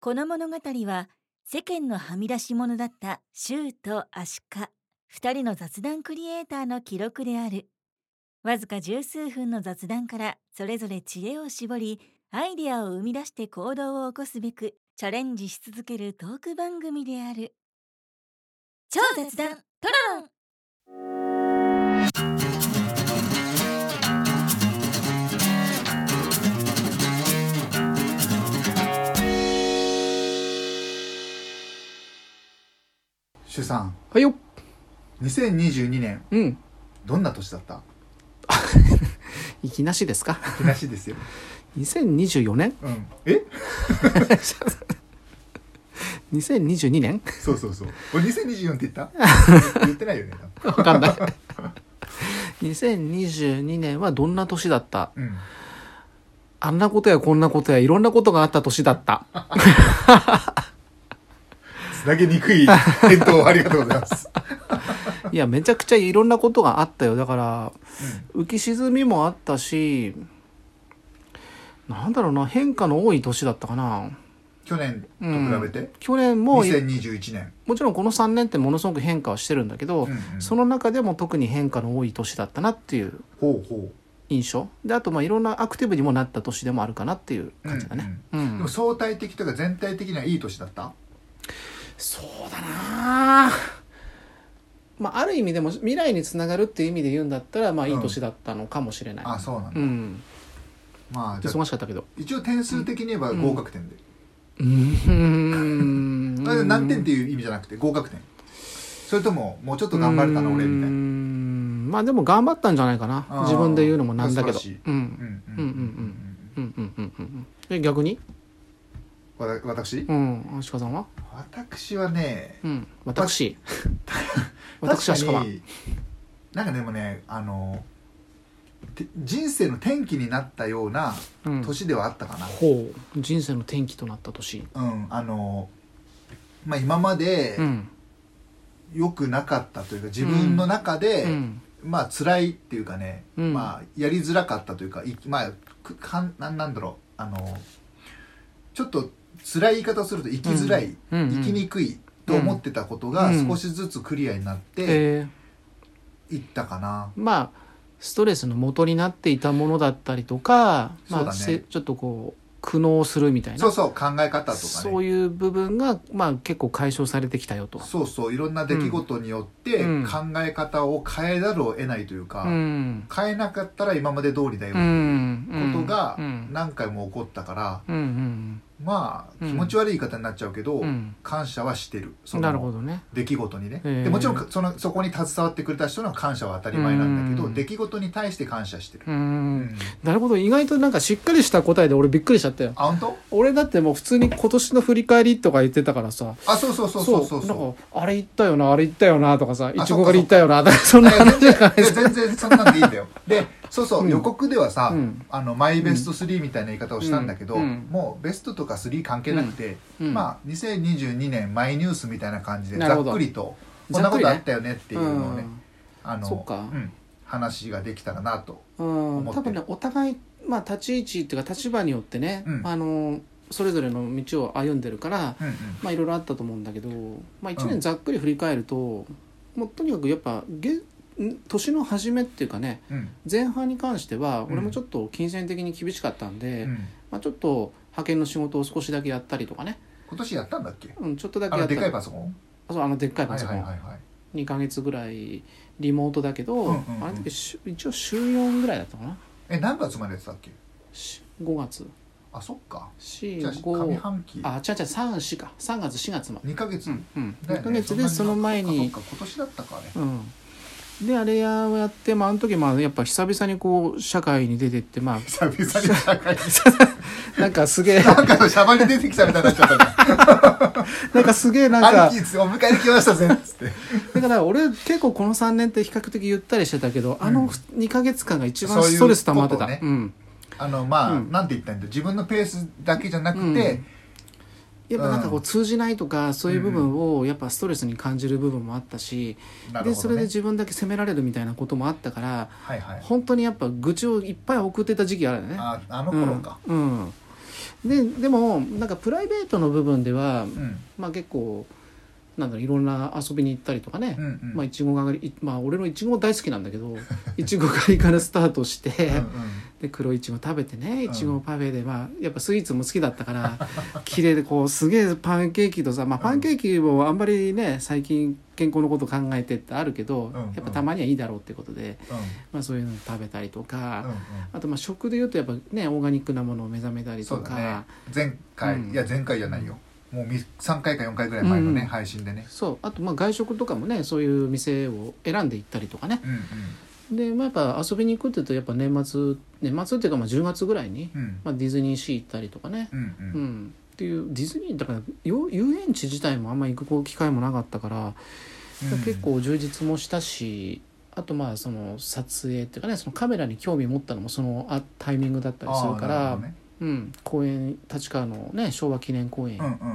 この物語は世間のはみ出し者だったシューとアシカ2人の雑談クリエイターの記録である。わずか十数分の雑談からそれぞれ知恵を絞りアイデアを生み出して行動を起こすべくチャレンジし続けるトーク番組である。超雑談トロロン。 シュさん、 はいよ。 2022年、 うん。 どんな年だった？ いきなしですか？ いきなしですよ。 2024年え 2022年そうそうそう。俺2024って言った言ってないよね。 わかんない。2022年はどんな年だった？あんなことやこんなことやいろんなことがあった年だった。 つなげにくい返答ありがとうございます。 いや、めちゃくちゃいろんなことがあったよ。だから、浮き沈みもあったし、なんだろうな、変化の多い年だったかな。 去年と比べて、 去年も 2021年もちろんこの3年ってものすごく変化はしてるんだけど、その中でも特に変化の多い年だったなっていう印象で、あといろんなアクティブにもなった年でもあるかなっていう感じだね。 でも相対的とか全体的にはいい年だった？ そうだな、ある意味でも未来につながるっていう意味で言うんだったら、いい年だったのかもしれない。 あ、そうなんだ。まあ忙しかったけど一応点数的に言えば合格点で、何点っていう意味じゃなくて合格点？それとももうちょっと頑張れたの俺みたいな。 でも頑張ったんじゃないかな。自分で言うのもなんだけど。逆に私、 アシカさんは？ 私はね、 私確かになんかでもね、人生の転機になったような年ではあったかな。 人生の転機となった年。 今まで良くなかったというか、自分の中で辛いっていうかね、やりづらかったというか、なんだろう、ちょっと辛い言い方をすると生きづらい、生きにくいと思ってたことが少しずつクリアになっていったかな。 ストレスの元になっていたものだったりとか、ちょっとこう苦悩するみたいな、 考え方とかね、 そういう部分が結構解消されてきたよと。 いろんな出来事によって考え方を変えざるを得ないというか、変えなかったら今まで通りだよっていうことが何回も起こったから、気持ち悪い言い方になっちゃうけど、感謝はしてる。その出来事にね。でもちろんそこに携わってくれた人の感謝は当たり前なんだけど、出来事に対して感謝してる。 なるほど。意外となんかしっかりした答えで俺びっくりしちゃったよ。 あ、本当？ 俺だってもう普通に今年の振り返りとか言ってたからさ。 あ、そうなんかあれ言ったよな、あれ言ったよなとかさ、いちご狩り言ったよなとか、そんな話じゃないですか。 全然そんなんでいいんだよ。で、予告ではさ、マイベスト3みたいな言い方をしたんだけど、もうベストとか3関係なくて、2022年マイニュースみたいな感じでざっくりとこんなことあったよねっていうのをね、話ができたらなと思って。 多分ね、お互い立ち位置っていうか立場によってね、それぞれの道を歩んでるから、いろいろあったと思うんだけど、1年ざっくり振り返ると、もうとにかくやっぱ年の初めっていうかね、前半に関しては俺もちょっと金銭的に厳しかったんで、ちょっと派遣の仕事を少しだけやったりとかね。 今年やったんだっけ？ ちょっとだけやった。 でかいパソコン？ でっかいパソコン、2ヶ月ぐらいリモートだけど、あれだけ一応週4ぐらいだったかな。 何月までやってたっけ ？5月。 あ、そっか。 じゃあ上半期。 3、4か。3月、4月まで。 2ヶ月。 2ヶ月でその前に。 今年だったかね。 で、あれやって、あの時やっぱ久々にこう、社会に出てって、 久々に社会になんかすげえ。 なんかのシャバに出てきたみたいになっちゃったね。 なんかすげえなんか。 兄貴、お迎えに来ましたぜ、つって。 だから俺結構この3年って比較的ゆったりしてたけど、2ヶ月間が一番ストレス溜まってた。 なんて言ったんだ、自分のペースだけじゃなくて、 やっぱなんかこう通じないとかそういう部分をやっぱストレスに感じる部分もあったし、でそれで自分だけ責められるみたいなこともあったから、本当にやっぱ愚痴をいっぱい送ってた時期あるよね。 あの頃か。 でもなんかプライベートの部分では、まあ結構なんだろう、いろんな遊びに行ったりとかね、まあいちご狩り、まあ俺のいちご大好きなんだけどいちご狩りからスタートしてで黒いちご食べてね、いちごパフェで、まあやっぱスイーツも好きだったから綺麗でこうすげえパンケーキとさ、まあパンケーキもあんまりね最近健康のこと考えてってあるけど、やっぱたまにはいいだろうってことで、まあそういうの食べたりとか、あとまあ食でいうとやっぱねオーガニックなものを目覚めたりとか、 前回じゃないよ、もう3回か4回ぐらい前のね、配信でね。 そう、あとまあ外食とかもね、そういう店を選んで行ったりとかね、で、まあ、やっぱ遊びに行くって言うとやっぱ年末っていうかまあ10月ぐらいに、まあ、ディズニーシー行ったりとかね、っていうディズニーだから遊園地自体もあんま行く機会もなかったから、結構充実もしたし、あとまあその撮影っていうかね、そのカメラに興味持ったのもそのタイミングだったりするから、公園、立川のね昭和記念公園行って、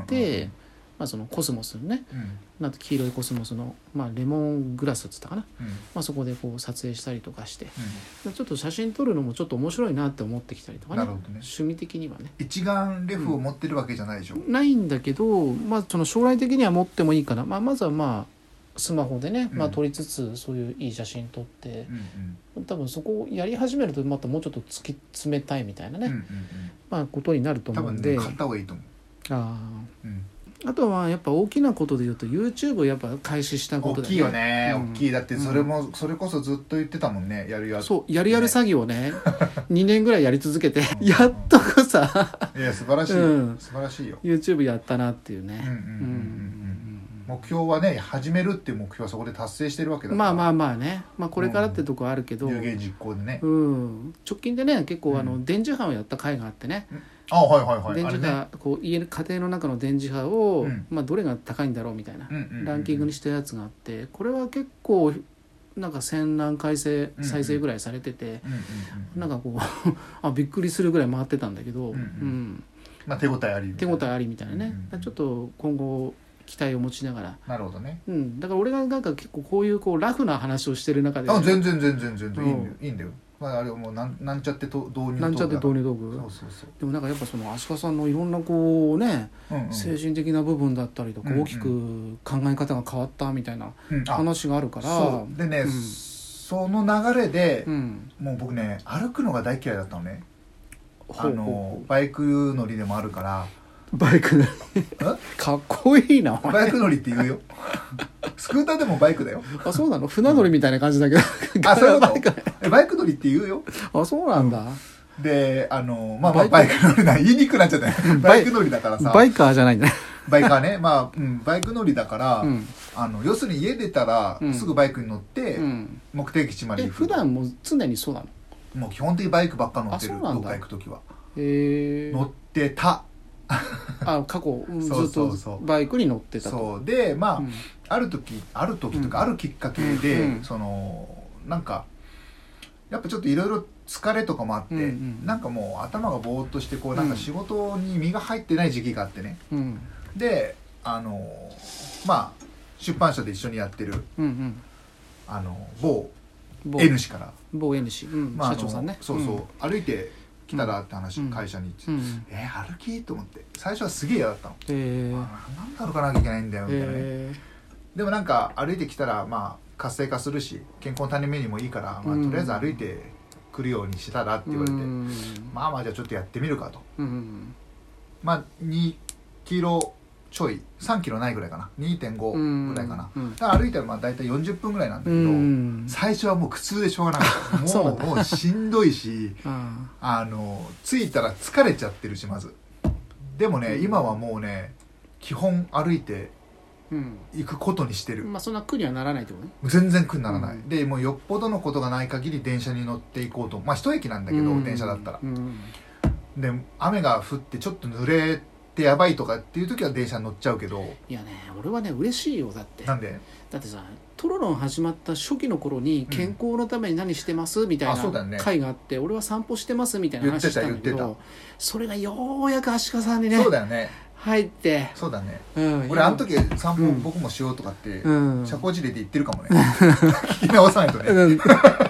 まあ、そのコスモスのね、なんと黄色いコスモスの、まあ、レモングラスって言ったかな、まあ、そこでこう撮影したりとかして、ちょっと写真撮るのもちょっと面白いなって思ってきたりとかね、趣味的にはね。 一眼レフを持ってるわけじゃないでしょ、 ないんだけど、まあ、その将来的には持ってもいいかな、まあ、まずはまあスマホでね、まあ、撮りつつそういういい写真撮って、多分そこをやり始めるとまたもうちょっと突き詰めたいみたいなね、まあ、ことになると思うんで、 多分ね買った方がいいと思う。 あとはやっぱ大きなことで言うと YouTube をやっぱ開始したことだね。 大きいよね、大きい。だってそれこそずっと言ってたもんね、やる詐欺をね2年ぐらいやり続けてやっとこさいや素晴らしい、素晴らしいよ YouTube やったなっていうね。 目標はね、始めるっていう目標はそこで達成してるわけだから、 まあね、まあこれからってとこあるけど、 有言実行でね、 直近でね結構電磁波をやった回があってね、電磁波、こう家庭の中の電磁波を、まあどれが高いんだろうみたいなランキングにしたやつがあって、これは結構なんか1000何回再生ぐらいされてて、なんかこうびっくりするぐらい回ってたんだけど、 まあ手応えありみたいなね、ちょっと今後期待を持ちながら。 なるほどね。 だから俺がなんか結構こういうラフな話をしてる中で、 全然いいんだよ。まああれもうなんちゃって導入道具。 そうでもなんかやっぱその足利さんのいろんなこうね、精神的な部分だったりとか、大きく考え方が変わったみたいな話があるから。 そうでね、その流れで、もう僕ね歩くのが大嫌いだったのね。バイク乗りでもあるから。 バイク乗りかっこいいな。 バイク乗りって言うよ。スクーターでもバイクだよ。 あ、そうなの？船乗りみたいな感じだけど。 そういうことバイク乗りって言うよ。 あ、そうなんだ。 で、まあバイク乗りな、言いにくくなっちゃったね。バイク乗りだからさ。 バイカーじゃないんだね。 バイカーね。まあ、バイク乗りだから、要するに家出たら、すぐバイクに乗って、目的地まで行く。 普段も常にそうなの？ もう基本的にバイクばっか乗ってる。どっか行くときは。乗ってた。 過去ずっとバイクに乗ってたと。 そうで、まあ、ある時とかあるきっかけで、なんかやっぱちょっといろいろ疲れとかもあって、なんかもう頭がぼーっとしてこうなんか仕事に身が入ってない時期があってね、でまあ出版社で一緒にやってる、某 N 氏から、 社長さんね、 歩いて来たらって話、会社に行って、歩きと思って、最初はすげえ嫌だったの。なんで歩かなきゃいけないんだよみたいなね。でもなんか歩いてきたらまあ活性化するし健康のためにもいいから、まあ、とりあえず歩いてくるようにしたらって言われて、まあじゃあちょっとやってみるかと。まあ2キロちょい3キロないぐらいかな、 2.5 ぐらいかな。だから歩いたらまあ大体40分ぐらいなんだけど、最初はもう苦痛でしょうがなかったもうしんどいし着いたら疲れちゃってるし、まず。でもね、今はもうね基本歩いて行くことにしてる。 まあそんな苦にはならないってことね。 全然苦にならない。でもうよっぽどのことがない限り電車に乗っていこうと。まあ一駅なんだけど、電車だったら。で雨が降ってちょっと濡れてやばいとかっていう時は電車に乗っちゃうけど。 いやね、俺はね嬉しいよ。だってなんで？ だってさ、トロロン始まった初期の頃に健康のために何してますみたいな回があって、俺は散歩してますみたいな話したんだけど、それがようやく足利さんにね、 そうだよね、 入って。 そうだね、俺あの時散歩僕もしようとかって社交辞令で言ってるかもね。聞き直さないとね。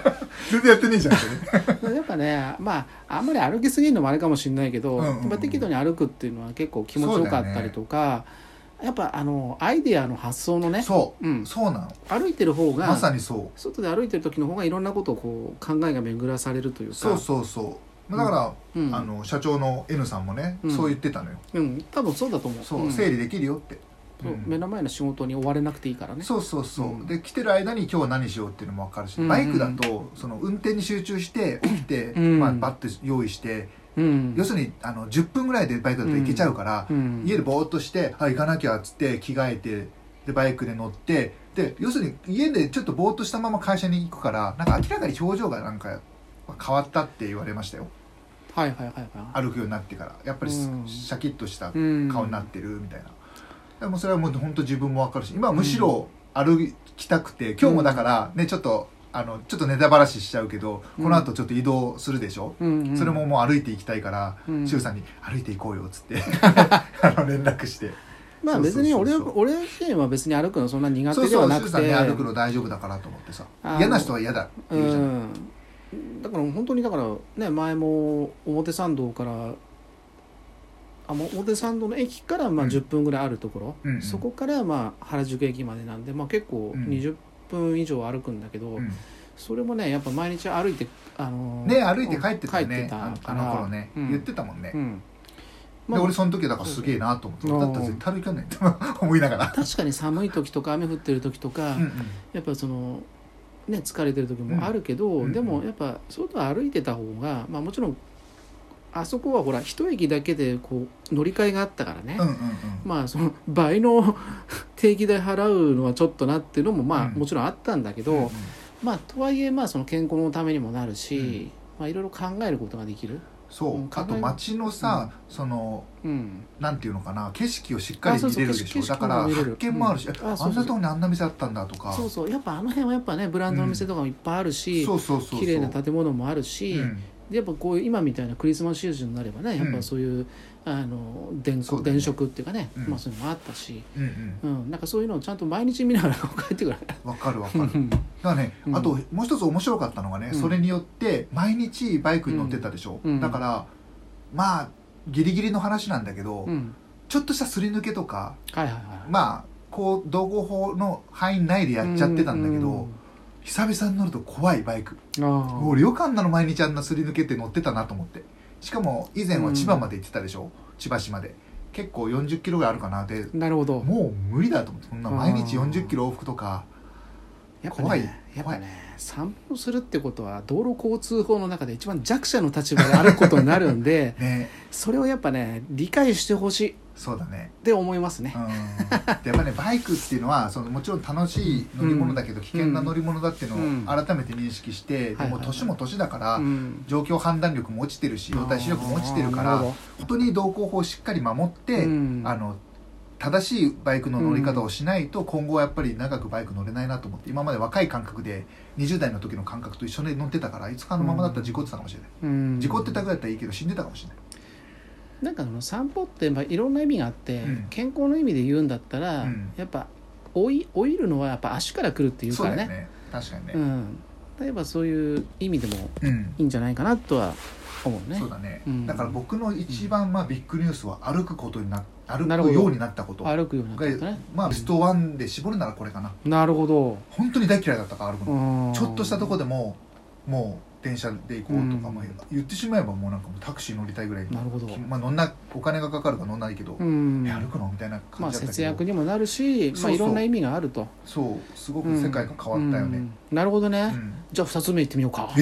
全然やってねえじゃんってねやっぱねまああんまり歩きすぎるのもあれかもしれないけど、 うんうんうん、 適度に歩くっていうのは結構気持ちよかったりとか、やっぱアイデアの発想のねそう、うん、そうなの。 歩いてる方がまさにそう。 外で歩いてる時の方がいろんなことをこう考えが巡らされるというか。 そうそうそう。だから、うん、社長の N さんもね、うん、そう言ってたのよ。 うん、多分そうだと思う。 そう、うん、整理できるよって。 そう、目の前の仕事に追われなくていいからね。 そうそうそう。で来てる間に今日は何しようっていうのも分かるし、バイクだとその運転に集中して起きて、まあバッて用意して。要するに10分ぐらいでバイクだと行けちゃうから、家でぼーっとして行かなきゃっつって着替えてでバイクで乗ってで要するに家でちょっとぼーっとしたまま会社に行くからなんか明らかに表情がなんか変わったって言われましたよ。 はいはいはいはい。 歩くようになってからやっぱりシャキッとした顔になってるみたいな。でもそれはもう本当自分も分かるし今はむしろ歩きたくて今日もだからねちょっとちょっとネタばらししちゃうけど、この後ちょっと移動するでしょ、うんうん、それももう歩いていきたいから、周さんに歩いていこうよっつって連絡してまあ別に俺自身は別に歩くのそんな苦手ではなくて、 そうそう、周さんね歩くの大丈夫だからと思ってさ嫌な人は嫌だって言うじゃん、 だから本当にだからね前も表参道から表参道の駅からまあ10分ぐらいあるところ、うんうん、そこからまあ原宿駅までなんで、まあ、結構20分以上歩くんだけど、それもねやっぱ毎日歩いてね歩いて帰ってたねあの頃ね、言ってたもんね、で俺その時だからすげえなと思ってだったら絶対歩かないと思いながら確かに寒い時とか雨降ってる時とかやっぱそのね疲れてる時もあるけど、でもやっぱ外歩いてた方がまあもちろんあそこはほら一駅だけでこう乗り換えがあったからね、まあその倍の定期代払うのはちょっとなっていうのもまあもちろんあったんだけど、まあとはいえまあその健康のためにもなるし、まあいろいろ考えることができる。 そうあと街のさ、その、なんていうのかな景色をしっかり見れるでしょ。だから発見もあるし、あんなとこにあんな店あったんだとか、 そうそうやっぱあの辺はやっぱねブランドの店とかもいっぱいあるし、綺麗な建物もあるし、でやっぱこういう今みたいなクリスマスシーズンになればねやっぱそういう、電飾っていうかね、まあそういうのもあったし、なんかそういうのをちゃんと毎日見ながら帰ってくる。 わかるわかる。だからね、あともう一つ面白かったのがね、それによって毎日バイクに乗ってたでしょ。だからまあギリギリの話なんだけど、ちょっとしたすり抜けとか、まあこう道交法の範囲内でやっちゃってたんだけど。久々に乗ると怖いバイク。俺よくあんなの毎日あんなすり抜けて乗ってたなと思って。しかも以前は千葉まで行ってたでしょ、千葉市まで結構40キロぐらいあるかなで、 なるほどもう無理だと思って、そんな毎日40キロ往復とか怖い。 やっぱね散歩するってことは道路交通法の中で一番弱者の立場で歩くことになるんで、それをやっぱね理解してほしい。 そうだねって思いますね。 やっぱねバイクっていうのはそのもちろん楽しい乗り物だけど危険な乗り物だっていうのを改めて認識して、でも年も年だから状況判断力も落ちてるし動体視力も落ちてるから本当に道交法をしっかり守って正しいバイクの乗り方をしないと今後はやっぱり長くバイク乗れないなと思って、今まで若い感覚で20代の時の感覚と一緒に乗ってたから、いつかのままだったら事故ってたかもしれない、事故ってたぐらいだったらいいけど死んでたかもしれない。 なんかその散歩っていろんな意味があって、健康の意味で言うんだったら、やっぱ老いるのはやっぱ足から来るっていうからね。 そうだよね、確かにね、 例えばそういう意味でもいいんじゃないかなとは思うね。 そうだね、だから僕の一番ビッグニュースは歩くことに歩くようになったこと。 歩くようになったことね。 ベスト1で絞るならこれかな。 なるほど。 本当に大嫌いだったから歩くの。ちょっとしたとこでももう電車で行こうとか、言ってしまえばもうなんかもうタクシー乗りたいぐらい。 なるほど。 乗んなお金がかかるから乗んないけど、歩くのみたいな感じだったけど、 節約にもなるし、いろんな意味があると。 そうすごく世界が変わったよね。 なるほどね。じゃあ2つ目いってみようか。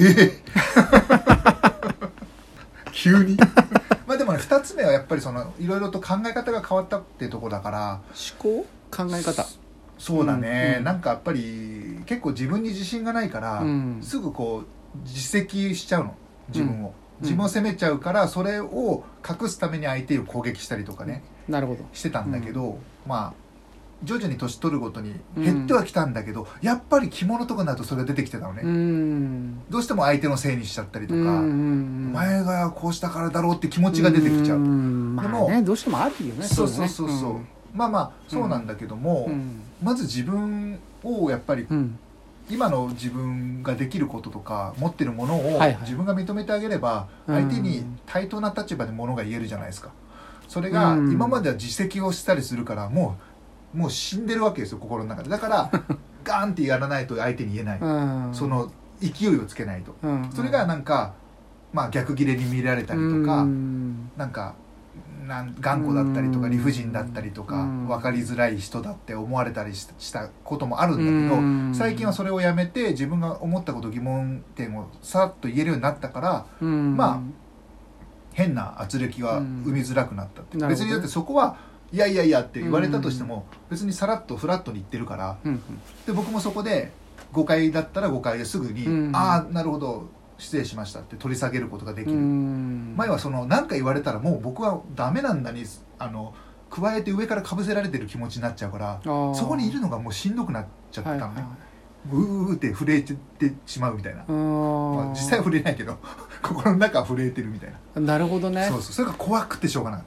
急にまあでもね2つ目はやっぱりそのいろいろと考え方が変わったっていうところだから。 思考考え方。 そうだね、なんかやっぱり結構自分に自信がないから、すぐこう自責しちゃうの自分を、自分を責めちゃうから、それを隠すために相手を攻撃したりとかね、 なるほどしてたんだけど、まあ徐々に年取るごとに減ってはきたんだけど、やっぱり着物とかになるとそれが出てきてたのね。どうしても相手のせいにしちゃったりとか、お前がこうしたからだろうって気持ちが出てきちゃう。でもねどうしてもあるよね。 そうそうそうそう、まあそうなんだけども、まず自分をやっぱり今の自分ができることとか持ってるものを自分が認めてあげれば、相手に対等な立場でものが言えるじゃないですか。それが今までは自責をしたりするから、もう死んでるわけですよ、心の中で。だからガーンってやらないと相手に言えない、その勢いをつけないと、それがなんか、まあ、逆ギレに見られたりとか、なんか頑固だったりとか理不尽だったりとか分かりづらい人だって思われたりしたこともあるんだけど、最近はそれをやめて自分が思ったこと、疑問点をさっと言えるようになったから、まあ変な圧力が生みづらくなったって、別にだってそこはいやいやいやって言われたとしても別にさらっとフラットに言ってるから、で僕もそこで誤解だったら誤解ですぐに、ああなるほど失礼しましたって取り下げることができる。前は何か言われたらもう僕はダメなんだに加えて上からかぶせられてる気持ちになっちゃうから、そこにいるのがもうしんどくなっちゃってたのね、うーって震えてしまうみたいな、まあ、実際は震えないけど心の中は震えてるみたいな。 なるほどね。 そうそれが怖くてしょうがなかった。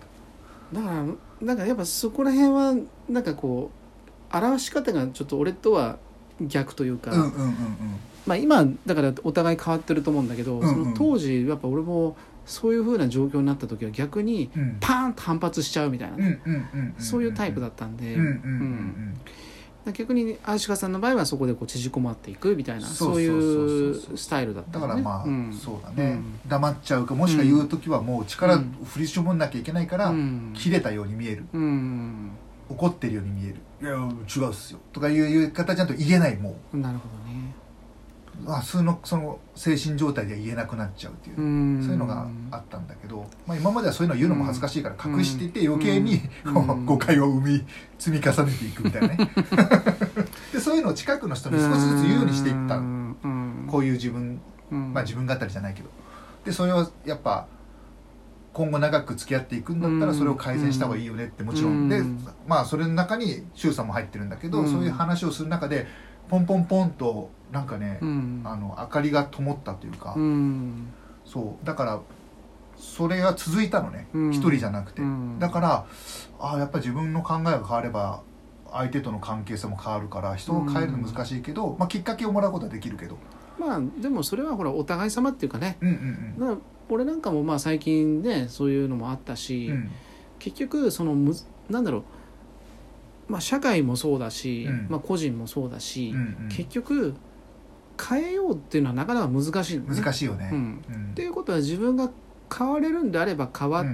だからなんかやっぱそこら辺はなんかこう表し方がちょっと俺とは逆というか、まあ今だからお互い変わってると思うんだけど、その当時やっぱ俺もそういう風な状況になった時は逆にパーンと反発しちゃうみたいなね、そういうタイプだったんで、逆にアシカさんの場合はそこでこう縮こまっていくみたいな、そういうスタイルだったんだからまあ、そうだね、黙っちゃうか、もしくは言う時はもう力振り絞んなきゃいけないから、切れたように見える、怒ってるように見える、いや違うっすよとかいう方ちゃんと言えない、もうなるほどね、 普通のその精神状態では言えなくなっちゃうっていう、そういうのがあったんだけど、まあ、今まではそういうのを言うのも恥ずかしいから隠していて、余計に誤解を積み重ねていくみたいなねでそういうのを近くの人に少しずつ言うようにしていったこういう自分、まあ自分語りじゃないけど、でそれをやっぱ今後長く付き合っていくんだったらそれを改善した方がいいよねってもちろんで、まあそれの中に周さんも入ってるんだけど、そういう話をする中でポンポンポンとなんかね、明かりが灯ったというか、そうだからそれが続いたのね、一人じゃなくて、だからやっぱり自分の考えが変われば相手との関係性も変わるから、人を変えるの難しいけど、まあ、きっかけをもらうことはできるけど、まあでもそれはほらお互い様っていうかね、俺なんかもまあ最近ねそういうのもあったし、結局そのなんだろう、まあ、社会もそうだし、まあ、個人もそうだし、結局変えようっていうのはなかなか難しいのね。 難しいよね、 っていうことは自分が変われるんであれば変わって、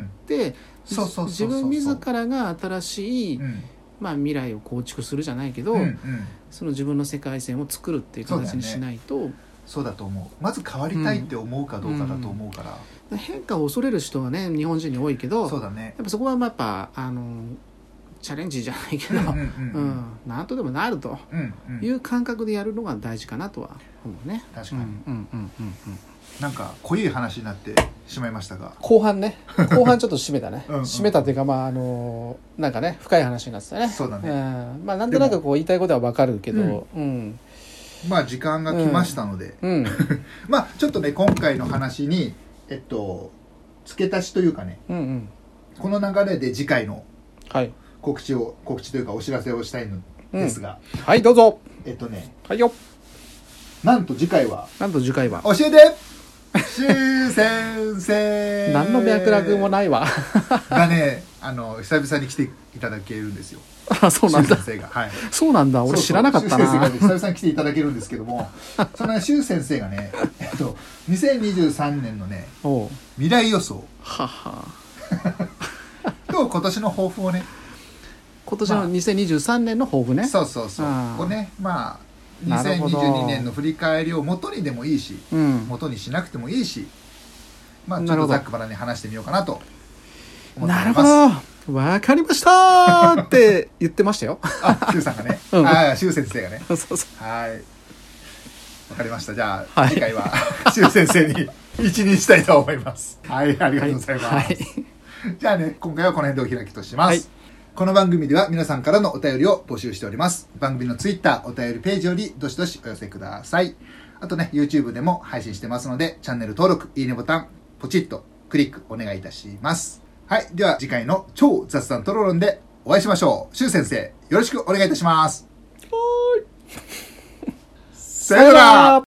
自分自らが新しい、まあ、未来を構築するじゃないけど、その自分の世界線を作るっていう形にしないと。 そうだと思う。まず変わりたいって思うかどうかだと思うから、 変化を恐れる人はね日本人に多いけど、 そうだね、 やっぱそこはやっぱチャレンジじゃないけど、なんとでもなるという感覚でやるのが大事かなとは思うね。 確かに、なんか濃い話になってしまいましたが、 後半ちょっと締めたね締めたっていうか、まあなんかね深い話になってたね。 そうだね、 まあなんとなくこう言いたいことは分かるけど、 まあ時間が来ましたので、まあちょっとね今回の話に付け足しというかね、この流れで次回の告知というかお知らせをしたいのですが、 はいどうぞ。 はいよ。なんと次回は教えて周先生何の脈絡もないわがね久々に来ていただけるんですよ。 そうなんだ。 周先生が、はい、 そうなんだ。俺知らなかったな。 周先生が、ね、久々に来ていただけるんですけどもその周先生がね2023年のね未来予想と今年の抱負をね、 今年の2023年の抱負ね、 そうこれね、まあ2022年の振り返りを元にでもいいし、元にしなくてもいいし、まあちょっとざっくばらんに話してみようかなと思っております。なるほど、 わかりましたって言ってましたよ周さんがね、周先生がね、はい、わかりました。じゃあ、次回は周先生に一任したいと思います。はい、ありがとうございます。じゃあね、今回はこの辺でお開きとします。この番組では皆さんからのお便りを募集しております。番組のツイッターお便りページよりどしどしお寄せください。あとね、YouTube でも配信してますので、チャンネル登録、いいねボタン、ポチッとクリックお願いいたします。はい。では次回の超雑談トロロンでお会いしましょう。周先生、よろしくお願いいたします。 さよなら。